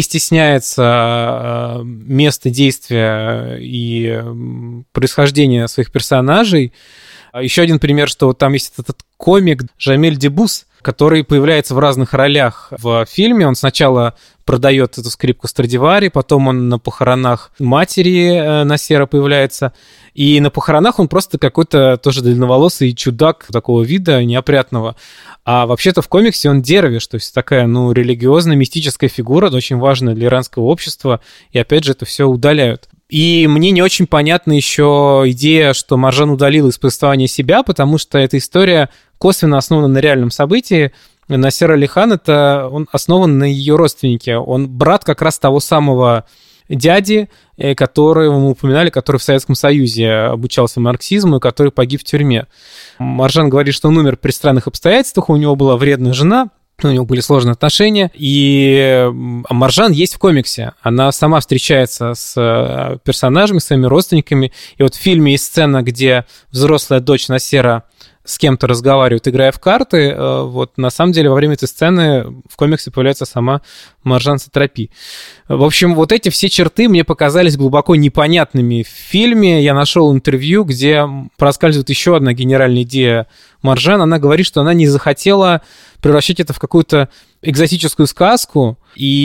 S3: стесняется места действия и происхождения своих персонажей. Еще один пример, что вот там есть этот комик Джамиль Дебус, который появляется в разных ролях в фильме. Он сначала продает эту скрипку Страдивари, потом он на похоронах матери Насера появляется. И на похоронах он просто какой-то тоже длинноволосый чудак такого вида, неопрятного. А вообще-то в комиксе он дервиш, то есть такая, ну, религиозно-мистическая фигура, очень важная для иранского общества. И опять же это все удаляют. И мне не очень понятна еще идея, что Маржан удалил из повествования себя, потому что эта история косвенно основана на реальном событии. Насер Али Хан, он основан на ее родственнике. Он брат как раз того самого дяди, которого мы упоминали, который в Советском Союзе обучался марксизму и который погиб в тюрьме. Маржан говорит, что он умер при странных обстоятельствах, у него была вредная жена, у него были сложные отношения, и Маржан есть в комиксе. Она сама встречается с персонажами, своими родственниками. И вот в фильме есть сцена, где взрослая дочь Насера с кем-то разговаривает, играя в карты. Вот на самом деле во время этой сцены в комиксе появляется сама Маржан Сатрапи. В общем, вот эти все черты мне показались глубоко непонятными в фильме. Я нашел интервью, где проскальзывает еще одна генеральная идея Маржан. Она говорит, что она не захотела превращать это в какую-то экзотическую сказку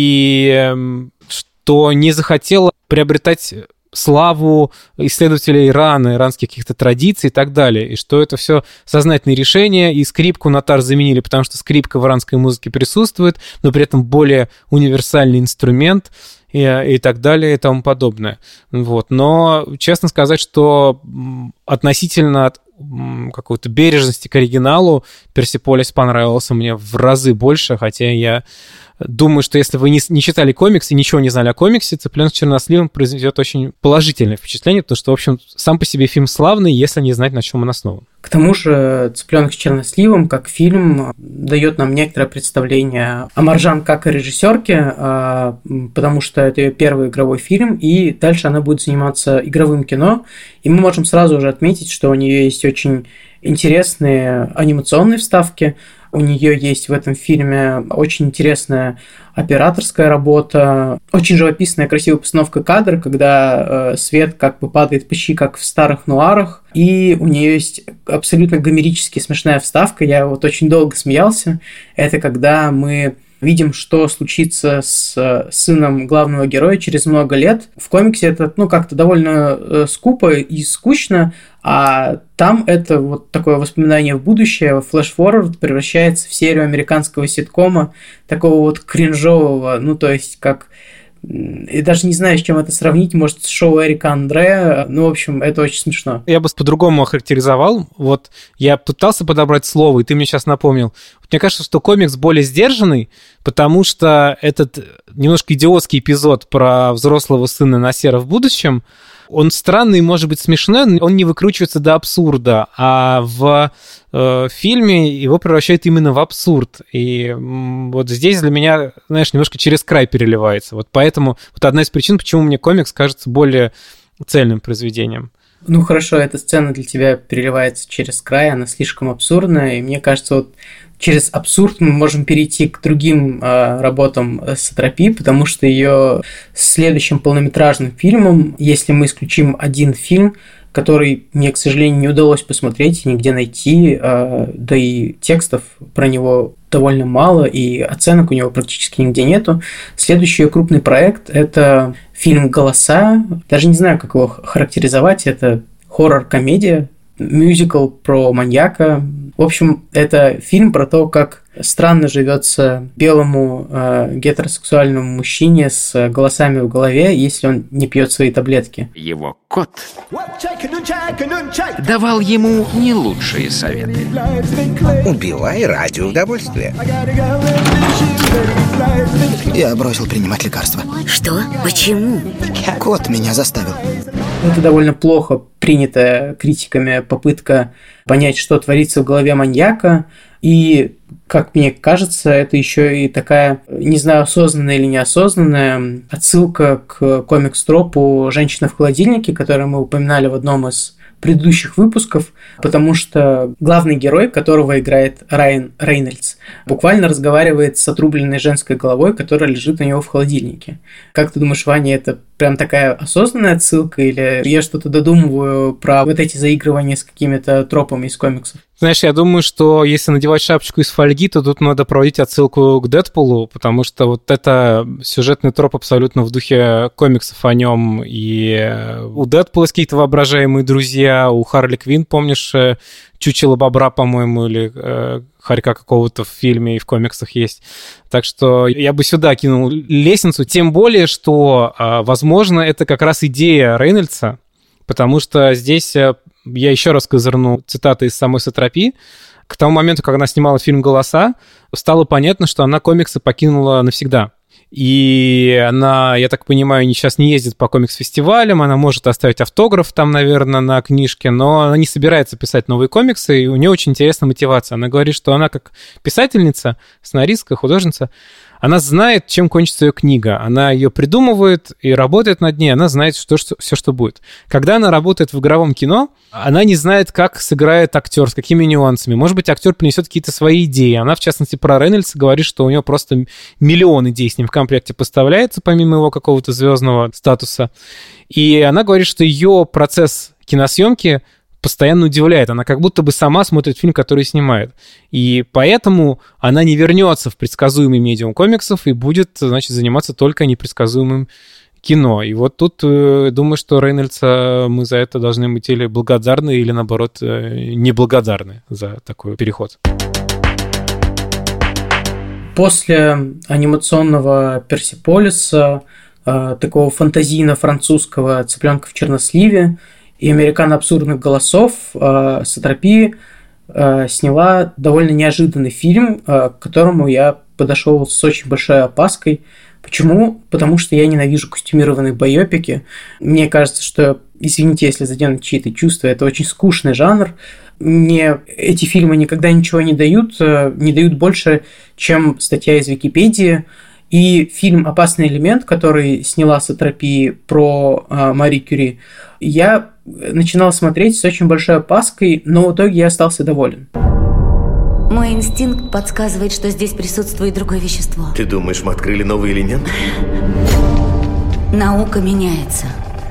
S3: и что не захотела приобретать славу исследователей Ирана, иранских каких-то традиций и так далее, и что это все сознательные решения, и скрипку на тар заменили, потому что скрипка в иранской музыке присутствует, но при этом более универсальный инструмент, и так далее и тому подобное. Вот. Но честно сказать, что относительно какой-то бережности к оригиналу Персеполис понравился мне в разы больше, хотя я думаю, что если вы не читали комикс и ничего не знали о комиксе, «Цыпленок с черносливом» произведет очень положительное впечатление, потому что, в общем, сам по себе фильм славный, если не знать, на чем он основан.
S4: К тому же «Цыпленок с черносливом» как фильм дает нам некоторое представление о Маржан как о режиссерке, потому что это ее первый игровой фильм, и дальше она будет заниматься игровым кино, и мы можем сразу же отметить, что у нее есть очень интересные анимационные вставки. У нее есть в этом фильме очень интересная операторская работа, очень живописная, красивая постановка кадра, когда свет как бы падает почти как в старых нуарах. И у нее есть абсолютно гомерически смешная вставка, я вот очень долго смеялся. Это когда мы видим, что случится с сыном главного героя через много лет. В комиксе это, как-то довольно скупо и скучно, а там это вот такое воспоминание в будущее, флэш-форвард превращается в серию американского ситкома, такого вот кринжового, то есть как... И даже не знаю, с чем это сравнить, может, с шоу Эрика Андре, в общем, это очень смешно.
S3: Я бы по-другому охарактеризовал, вот я пытался подобрать слово, и ты мне сейчас напомнил. Мне кажется, что комикс более сдержанный, потому что этот немножко идиотский эпизод про взрослого сына Насера в будущем, он странный, может быть, смешной, но он не выкручивается до абсурда, а в фильме его превращают именно в абсурд. И вот здесь для меня, знаешь, немножко через край переливается. Вот поэтому вот одна из причин, почему мне комикс кажется более цельным произведением.
S4: Хорошо, эта сцена для тебя переливается через край, она слишком абсурдная, и мне кажется, вот через абсурд мы можем перейти к другим работам Сатрапи, потому что ее следующим полнометражным фильмом, если мы исключим один фильм, который мне, к сожалению, не удалось посмотреть и нигде найти, да и текстов про него довольно мало, и оценок у него практически нигде нету. Следующий крупный проект – это фильм «Голоса». Даже не знаю, как его характеризовать. Это хоррор-комедия, мюзикл про маньяка. В общем, это фильм про то, как странно живется белому гетеросексуальному мужчине с голосами в голове, если он не пьет свои таблетки.
S8: Его кот давал ему не лучшие советы.
S9: Убивай ради удовольствия.
S10: Я бросил принимать лекарства.
S7: Что? Почему?
S10: Кот меня заставил.
S4: Это довольно плохо принятая критиками попытка понять, что творится в голове маньяка. И, как мне кажется, это еще и такая, не знаю, осознанная или неосознанная отсылка к комикс-тропу «Женщина в холодильнике», который мы упоминали в одном из предыдущих выпусков, потому что главный герой, которого играет Райан Рейнольдс, буквально разговаривает с отрубленной женской головой, которая лежит у него в холодильнике. Как ты думаешь, Ваня, это прям такая осознанная отсылка, или я что-то додумываю про вот эти заигрывания с какими-то тропами из комиксов?
S3: Знаешь, я думаю, что если надевать шапочку из фольги, то тут надо проводить отсылку к Дэдпулу, потому что вот это сюжетный троп абсолютно в духе комиксов о нем. И у Дэдпула есть какие-то воображаемые друзья, у Харли Квинн, помнишь, чучело бобра, по-моему, или хорька какого-то в фильме и в комиксах есть. Так что я бы сюда кинул лестницу, тем более, что, возможно, это как раз идея Рейнольдса, потому что здесь... Я еще раз козырну цитаты из самой Сатрапи. К тому моменту, как она снимала фильм «Голоса», стало понятно, что она комиксы покинула навсегда. И она, я так понимаю, сейчас не ездит по комикс-фестивалям, она может оставить автограф там, наверное, на книжке, но она не собирается писать новые комиксы, и у нее очень интересная мотивация. Она говорит, что она как писательница, сценаристка, художница, она знает, чем кончится ее книга. Она ее придумывает и работает над ней. Она знает все, что будет. Когда она работает в игровом кино, она не знает, как сыграет актер, с какими нюансами. Может быть, актер принесет какие-то свои идеи. Она, в частности, про Рейнольдса говорит, что у нее просто миллион идей с ним в комплекте поставляется, помимо его какого-то звездного статуса. И она говорит, что ее процесс киносъемки постоянно удивляет. Она как будто бы сама смотрит фильм, который снимает. И поэтому она не вернется в предсказуемый медиум комиксов и будет, значит, заниматься только непредсказуемым кино. И вот тут думаю, что Рейнольдса мы за это должны быть или благодарны, или, наоборот, неблагодарны за такой переход.
S4: После анимационного Персеполиса такого фантазийно-французского «Цыпленка в черносливе» и «Американо-абсурдных голосов» Сатрапи сняла довольно неожиданный фильм, к которому я подошел с очень большой опаской. Почему? Потому что я ненавижу костюмированные байопики. Мне кажется, что, извините, если задену чьи-то чувства, это очень скучный жанр. Мне эти фильмы никогда ничего не дают больше, чем статья из Википедии. И фильм «Опасный элемент», который сняла Сатрапи про Мари Кюри, я начинал смотреть с очень большой опаской, но в итоге я остался доволен.
S7: Мой инстинкт подсказывает, что здесь присутствует другое вещество.
S11: Ты думаешь, мы открыли новый элемент?
S7: Наука меняется.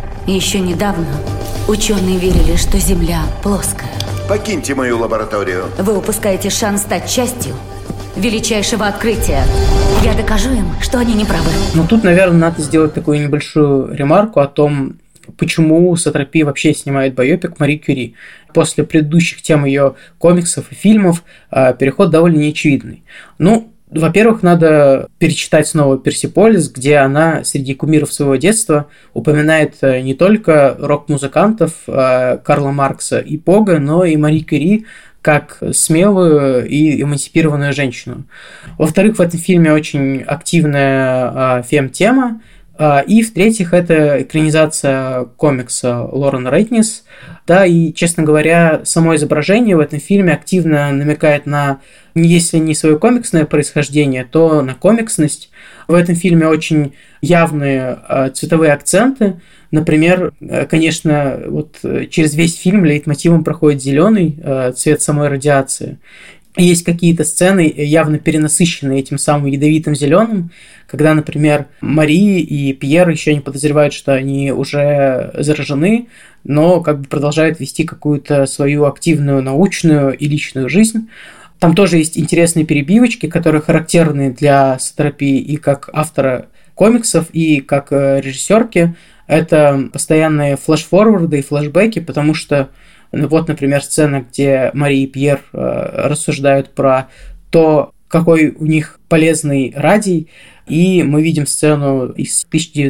S7: Еще недавно ученые верили, что Земля плоская.
S11: Покиньте мою лабораторию.
S7: Вы упускаете шанс стать частью величайшего открытия. Я докажу им, что они не правы.
S4: Но тут, наверное, надо сделать такую небольшую ремарку о том, почему Сатрапи вообще снимает байопик Мари Кюри. После предыдущих тем ее комиксов и фильмов переход довольно неочевидный. Во-первых, надо перечитать снова «Персеполис», где она среди кумиров своего детства упоминает не только рок-музыкантов Карла Маркса и Пога, но и Мари Кюри как смелую и эмансипированную женщину. Во-вторых, в этом фильме очень активная фем-тема. И, в-третьих, это экранизация комикса Лорен Рейтнис. Да, и, честно говоря, само изображение в этом фильме активно намекает на, если не свое комиксное происхождение, то на комиксность. В этом фильме очень явные цветовые акценты. Например, конечно, через весь фильм лейтмотивом проходит зеленый цвет самой радиации. Есть какие-то сцены, явно перенасыщенные этим самым ядовитым зеленым, когда, например, Мари и Пьер еще не подозревают, что они уже заражены, но продолжают вести какую-то свою активную научную и личную жизнь. Там тоже есть интересные перебивочки, которые характерны для Сатрапи и как автора комиксов, и как режиссерки. Это постоянные флэш-форварды и флэшбэки, потому что например, сцена, где Мари и Пьер рассуждают про то, какой у них полезный радий, и мы видим сцену из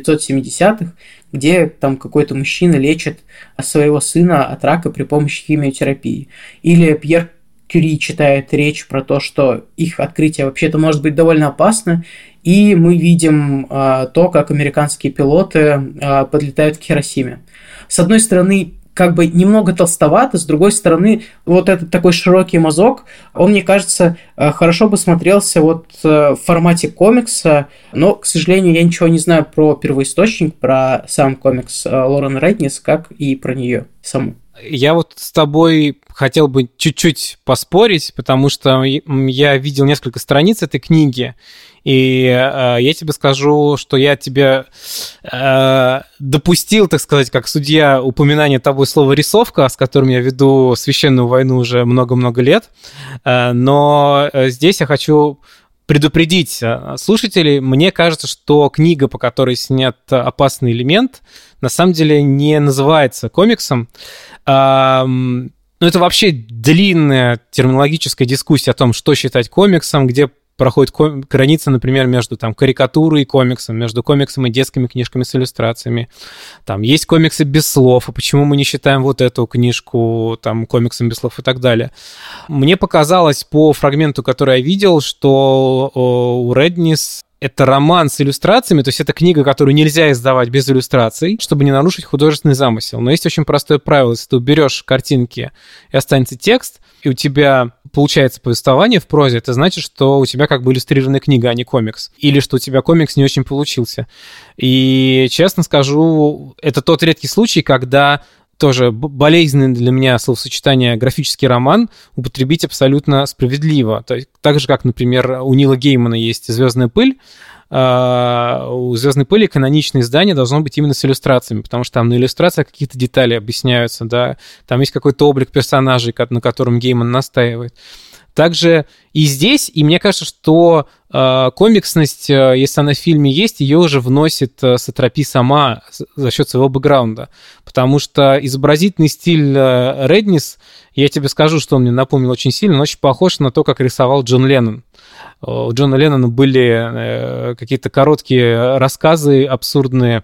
S4: 1970-х, где там какой-то мужчина лечит своего сына от рака при помощи химиотерапии. Или Пьер Кюри читает речь про то, что их открытие вообще-то может быть довольно опасно, и мы видим то, как американские пилоты подлетают к Хиросиме. С одной стороны, немного толстовато, с другой стороны, этот такой широкий мазок, он, мне кажется, хорошо бы смотрелся в формате комикса, но, к сожалению, я ничего не знаю про первоисточник, про сам комикс Лорен Рейтнис, как и про нее саму.
S3: Я с тобой хотел бы чуть-чуть поспорить, потому что я видел несколько страниц этой книги, и я тебе скажу, что я тебе допустил, так сказать, как судья, упоминание тобой слова «рисовка», с которым я веду священную войну уже много-много лет, но здесь я хочу предупредить слушателей. Мне кажется, что книга, по которой снят «Опасный элемент», на самом деле не называется комиксом. Это вообще длинная терминологическая дискуссия о том, что считать комиксом, где проходит граница, например, между карикатурой и комиксом, между комиксом и детскими книжками с иллюстрациями. Там есть комиксы без слов, и почему мы не считаем эту книжку комиксом без слов и так далее. Мне показалось по фрагменту, который я видел, что у Реднис это роман с иллюстрациями, то есть это книга, которую нельзя издавать без иллюстраций, чтобы не нарушить художественный замысел. Но есть очень простое правило. Если ты уберешь картинки и останется текст, и у тебя получается повествование в прозе, это значит, что у тебя иллюстрированная книга, а не комикс. Или что у тебя комикс не очень получился. И, честно скажу, это тот редкий случай, когда тоже болезненное для меня словосочетание «графический роман» употребить абсолютно справедливо. То есть, так же, как, например, у Нила Геймана есть «Звездная пыль», у «Звездной пыли» каноничное издание должно быть именно с иллюстрациями, потому что там на иллюстрациях какие-то детали объясняются, да, там есть какой-то облик персонажей, на котором Гейман настаивает. Также и здесь, и мне кажется, что комиксность, если она в фильме есть, ее уже вносит Сатрапи сама за счет своего бэкграунда, потому что изобразительный стиль Реднис, я тебе скажу, что он мне напомнил очень сильно, он очень похож на то, как рисовал Джон Леннон. у Джона Леннона были какие-то короткие рассказы, абсурдные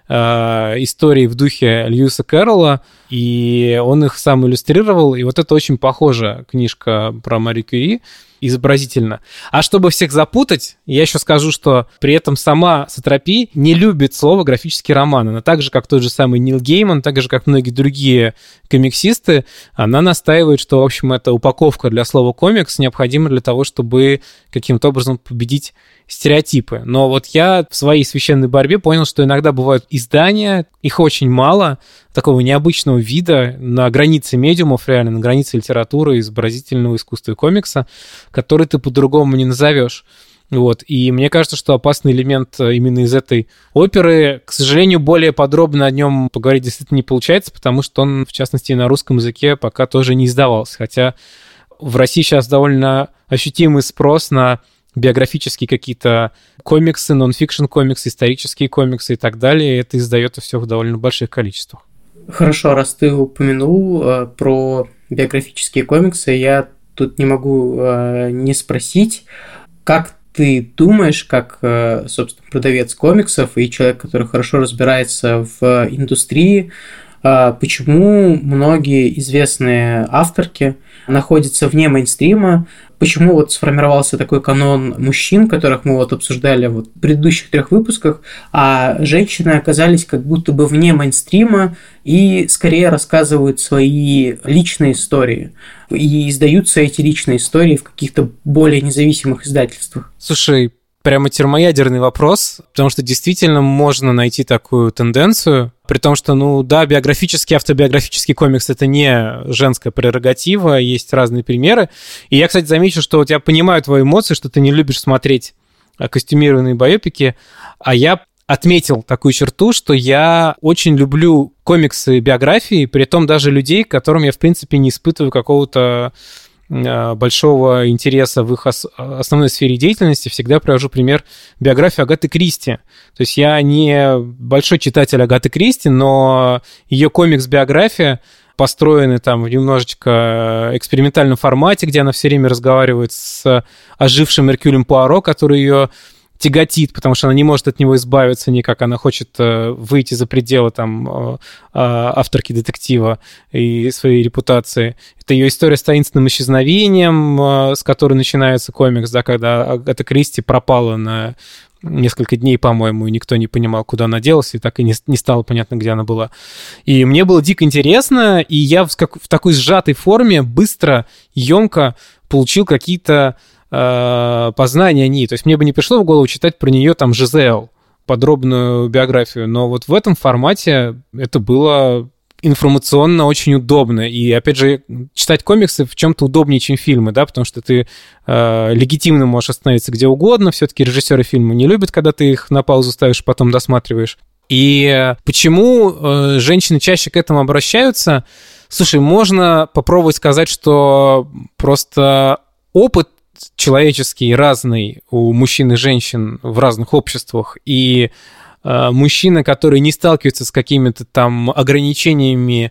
S3: истории в духе Льюиса Кэрролла, и он их сам иллюстрировал, и вот это очень похожа книжка про Мари Кюри, изобразительно. А чтобы всех запутать, я еще скажу, что при этом сама Сатрапи не любит слово «графический роман». Она так же, как тот же самый Нил Гейман, так же, как многие другие комиксисты, она настаивает, что, в общем, эта упаковка для слова «комикс» необходима для того, чтобы каким-то образом победить стереотипы. Но вот я в своей священной борьбе понял, что иногда бывают издания, их очень мало, такого необычного вида, на границе медиумов, реально, на границе литературы, изобразительного искусства и комикса, который ты по-другому не назовешь. Вот. И мне кажется, что опасный элемент именно из этой оперы, к сожалению, более подробно о нем поговорить действительно не получается, потому что он, в частности, и на русском языке пока тоже не издавался. Хотя в России сейчас довольно ощутимый спрос на биографические какие-то комиксы, нон-фикшн комиксы, исторические комиксы и так далее. И это издается все в довольно больших количествах.
S4: Хорошо, раз ты упомянул про биографические комиксы, я тут не могу не спросить, как ты думаешь, как, собственно, продавец комиксов и человек, который хорошо разбирается в индустрии, почему многие известные авторки находятся вне мейнстрима, почему вот сформировался такой канон мужчин, которых мы вот обсуждали вот в предыдущих 3 выпусках, а женщины оказались как будто бы вне мейнстрима и скорее рассказывают свои личные истории. И издаются эти личные истории в каких-то более независимых издательствах.
S3: Слушай, прямо термоядерный вопрос, потому что действительно можно найти такую тенденцию, при том, что, ну да, биографический, автобиографический комикс — это не женская прерогатива, есть разные примеры. И я, кстати, замечу, что вот я понимаю твои эмоции, что ты не любишь смотреть костюмированные байопики, а я отметил такую черту, что я очень люблю комиксы-биографии, при том даже людей, к которым я, в принципе, не испытываю какого-то большого интереса в их основной сфере деятельности. Всегда привожу пример биографии Агаты Кристи. То есть я не большой читатель Агаты Кристи, но ее комикс-биография построены там в немножечко экспериментальном формате, где она все время разговаривает с ожившим Эркюлем Пуаро, который ее тяготит, потому что она не может от него избавиться никак, она хочет выйти за пределы там авторки детектива и своей репутации. Это ее история с таинственным исчезновением, с которой начинается комикс, да, когда Агата Кристи пропала на несколько дней, по-моему, и никто не понимал, куда она делась, и так и не стало понятно, где она была. И мне было дико интересно, и я в такой сжатой форме быстро, емко получил какие-то познания о ней. То есть мне бы не пришло в голову читать про нее там Жизел, подробную биографию, но вот в этом формате это было информационно очень удобно. И, опять же, читать комиксы в чем-то удобнее, чем фильмы, да, потому что ты легитимно можешь остановиться где угодно. Все-таки режиссеры фильма не любят, когда ты их на паузу ставишь, потом досматриваешь. И почему женщины чаще к этому обращаются? Слушай, можно попробовать сказать, что просто опыт человеческий разный у мужчин и женщин в разных обществах, и мужчины, которые не сталкиваются с какими-то там ограничениями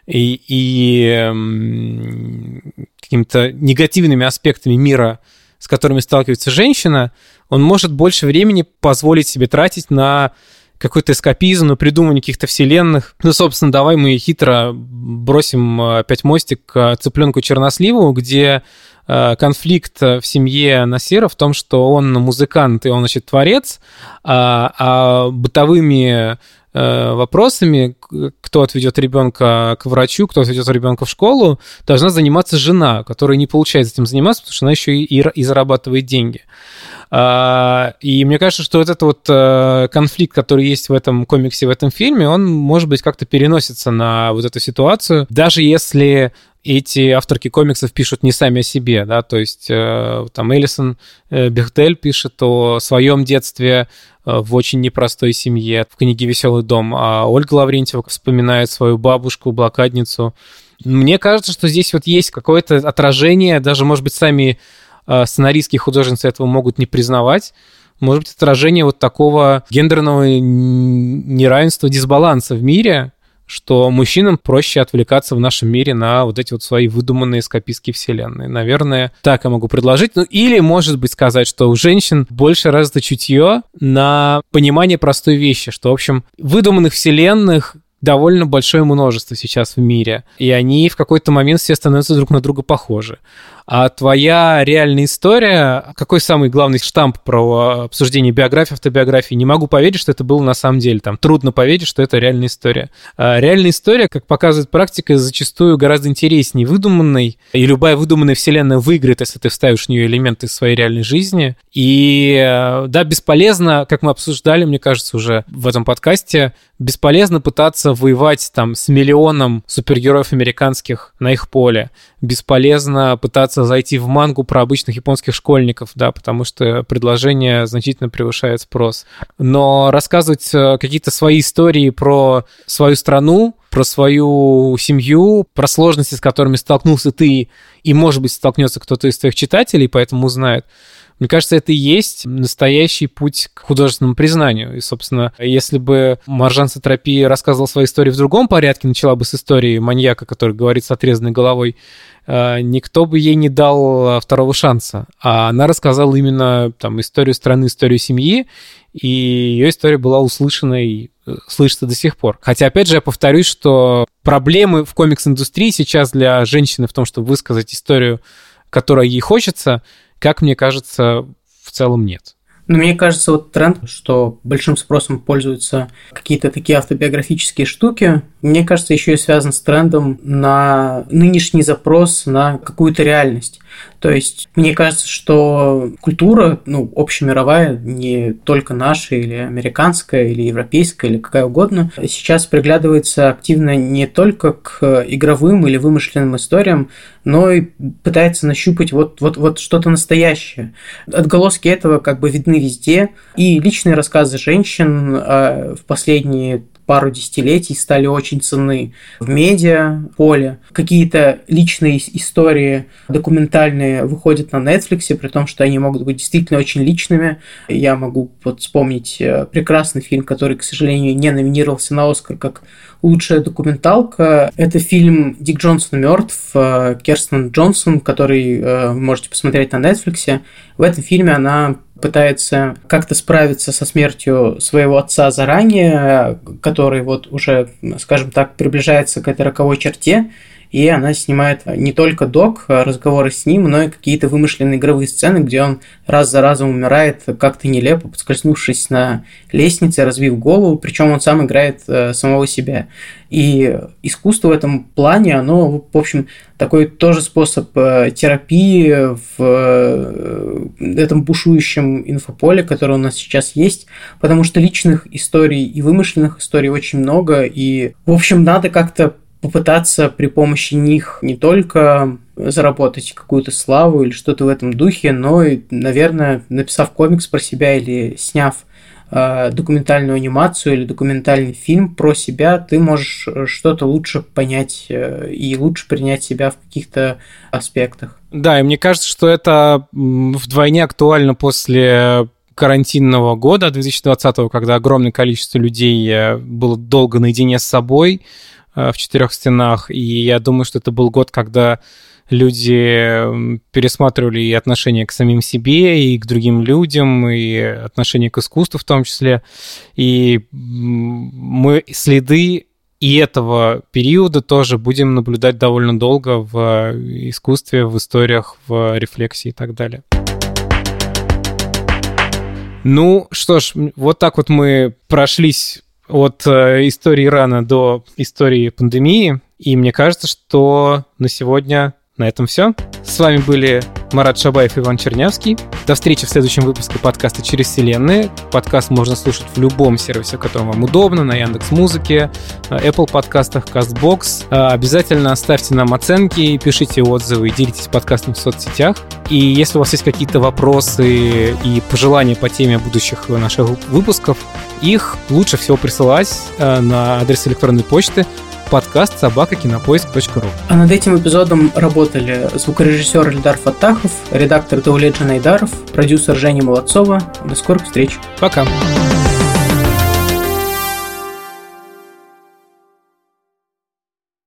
S3: и какими-то негативными аспектами мира, с которыми сталкивается женщина, он может больше времени позволить себе тратить на какой-то эскапизм, на придумывание каких-то вселенных. Ну, собственно, давай мы хитро бросим опять мостик к «Цыпленку Черносливу», где конфликт в семье Насира в том, что он музыкант и он, значит, творец, а бытовыми вопросами, кто отведет ребенка к врачу, кто отведет ребенка в школу, должна заниматься жена, которая не получается этим заниматься, потому что она еще и зарабатывает деньги. И мне кажется, что вот этот вот конфликт, который есть в этом комиксе, в этом фильме, он, может быть, как-то переносится на вот эту ситуацию, даже если эти авторки комиксов пишут не сами о себе, да, то есть там Элисон Бехтель пишет о своем детстве в очень непростой семье в книге «Веселый дом», а Ольга Лаврентьева вспоминает свою бабушку, блокадницу. Мне кажется, что здесь вот есть какое-то отражение, даже, может быть, сами сценаристские художницы этого могут не признавать, может быть, отражение вот такого гендерного неравенства, дисбаланса в мире, что мужчинам проще отвлекаться в нашем мире на вот эти вот свои выдуманные эскапистские вселенные. Наверное, так я могу предложить. Ну, или, может быть, сказать, что у женщин больше развито чутье на понимание простой вещи, что, в общем, выдуманных вселенных довольно большое множество сейчас в мире, и они в какой-то момент все становятся друг на друга похожи. А твоя реальная история, какой самый главный штамп про обсуждение биографии, автобиографии? Не могу поверить, что это было на самом деле. Там трудно поверить, что это реальная история. Реальная история, как показывает практика, зачастую гораздо интереснее выдуманной, и любая выдуманная вселенная выиграет, если ты вставишь в нее элементы своей реальной жизни. И да, бесполезно, как мы обсуждали, мне кажется, уже в этом подкасте, бесполезно пытаться воевать там с миллионом супергероев американских на их поле. Бесполезно пытаться зайти в мангу про обычных японских школьников, да, потому что предложение значительно превышает спрос. Но рассказывать какие-то свои истории про свою страну, про свою семью, про сложности, с которыми столкнулся ты, и, может быть, столкнется кто-то из твоих читателей, поэтому узнает. Мне кажется, это и есть настоящий путь к художественному признанию. И, собственно, если бы Маржан Сатрапи рассказывала свои истории в другом порядке, начала бы с истории маньяка, который говорит с отрезанной головой, никто бы ей не дал второго шанса. А она рассказала именно там историю страны, историю семьи, и ее история была услышана и слышится до сих пор. Хотя, опять же, я повторюсь, что проблемы в комикс-индустрии сейчас для женщины в том, чтобы высказать историю, которая ей хочется, как мне кажется, в целом нет.
S4: Но мне кажется, вот тренд, что большим спросом пользуются какие-то такие автобиографические штуки, мне кажется, еще и связан с трендом на нынешний запрос на какую-то реальность. То есть, мне кажется, что культура, общемировая, не только наша, или американская, или европейская, или какая угодно, сейчас приглядывается активно не только к игровым или вымышленным историям, но и пытается нащупать вот что-то настоящее. Отголоски этого как бы видны везде, и личные рассказы женщин в последние пару десятилетий стали очень ценны в медиа-поле. Какие-то личные истории документальные выходят на Netflix, при том, что они могут быть действительно очень личными. Я могу вспомнить прекрасный фильм, который, к сожалению, не номинировался на Оскар как лучшая документалка. Это фильм «Дик Джонсон мертв», Керстен Джонсон, который вы можете посмотреть на Netflix. В этом фильме она пытается как-то справиться со смертью своего отца заранее, который вот уже, скажем так, приближается к этой роковой черте, и она снимает не только разговоры с ним, но и какие-то вымышленные игровые сцены, где он раз за разом умирает как-то нелепо, подскользнувшись на лестнице, разбив голову, причем он сам играет самого себя. И искусство в этом плане, оно, в общем, такой тоже способ терапии в этом бушующем инфополе, которое у нас сейчас есть, потому что личных историй и вымышленных историй очень много, и, в общем, надо как-то попытаться при помощи них не только заработать какую-то славу или что-то в этом духе, но и, наверное, написав комикс про себя или сняв документальную анимацию или документальный фильм про себя, ты можешь что-то лучше понять и лучше принять себя в каких-то аспектах.
S3: Да, и мне кажется, что это вдвойне актуально после карантинного года 2020, когда огромное количество людей было долго наедине с собой в четырех стенах, и я думаю, что это был год, когда люди пересматривали и отношение к самим себе, и к другим людям, и отношение к искусству в том числе. И мы следы и этого периода тоже будем наблюдать довольно долго в искусстве, в историях, в рефлексии и так далее. Ну что ж, вот так вот мы прошлись от истории Ирана до истории пандемии, и мне кажется, что на сегодня на этом все. С вами были Марат Шабаев и Иван Чернявский. До встречи в следующем выпуске подкаста «Через вселенные». Подкаст можно слушать в любом сервисе, в котором вам удобно, на Яндекс.Музыке, Apple подкастах, CastBox. Обязательно ставьте нам оценки, пишите отзывы и делитесь подкастом в соцсетях. И если у вас есть какие-то вопросы и пожелания по теме будущих наших выпусков, их лучше всего присылать на адрес электронной почты podcast@kinopoisk.ru.
S4: А над этим эпизодом работали звукорежиссер Эльдар Фаттахов, редактор Даулет Жанайдаров, продюсер Женя Молодцова. До скорых встреч.
S3: Пока.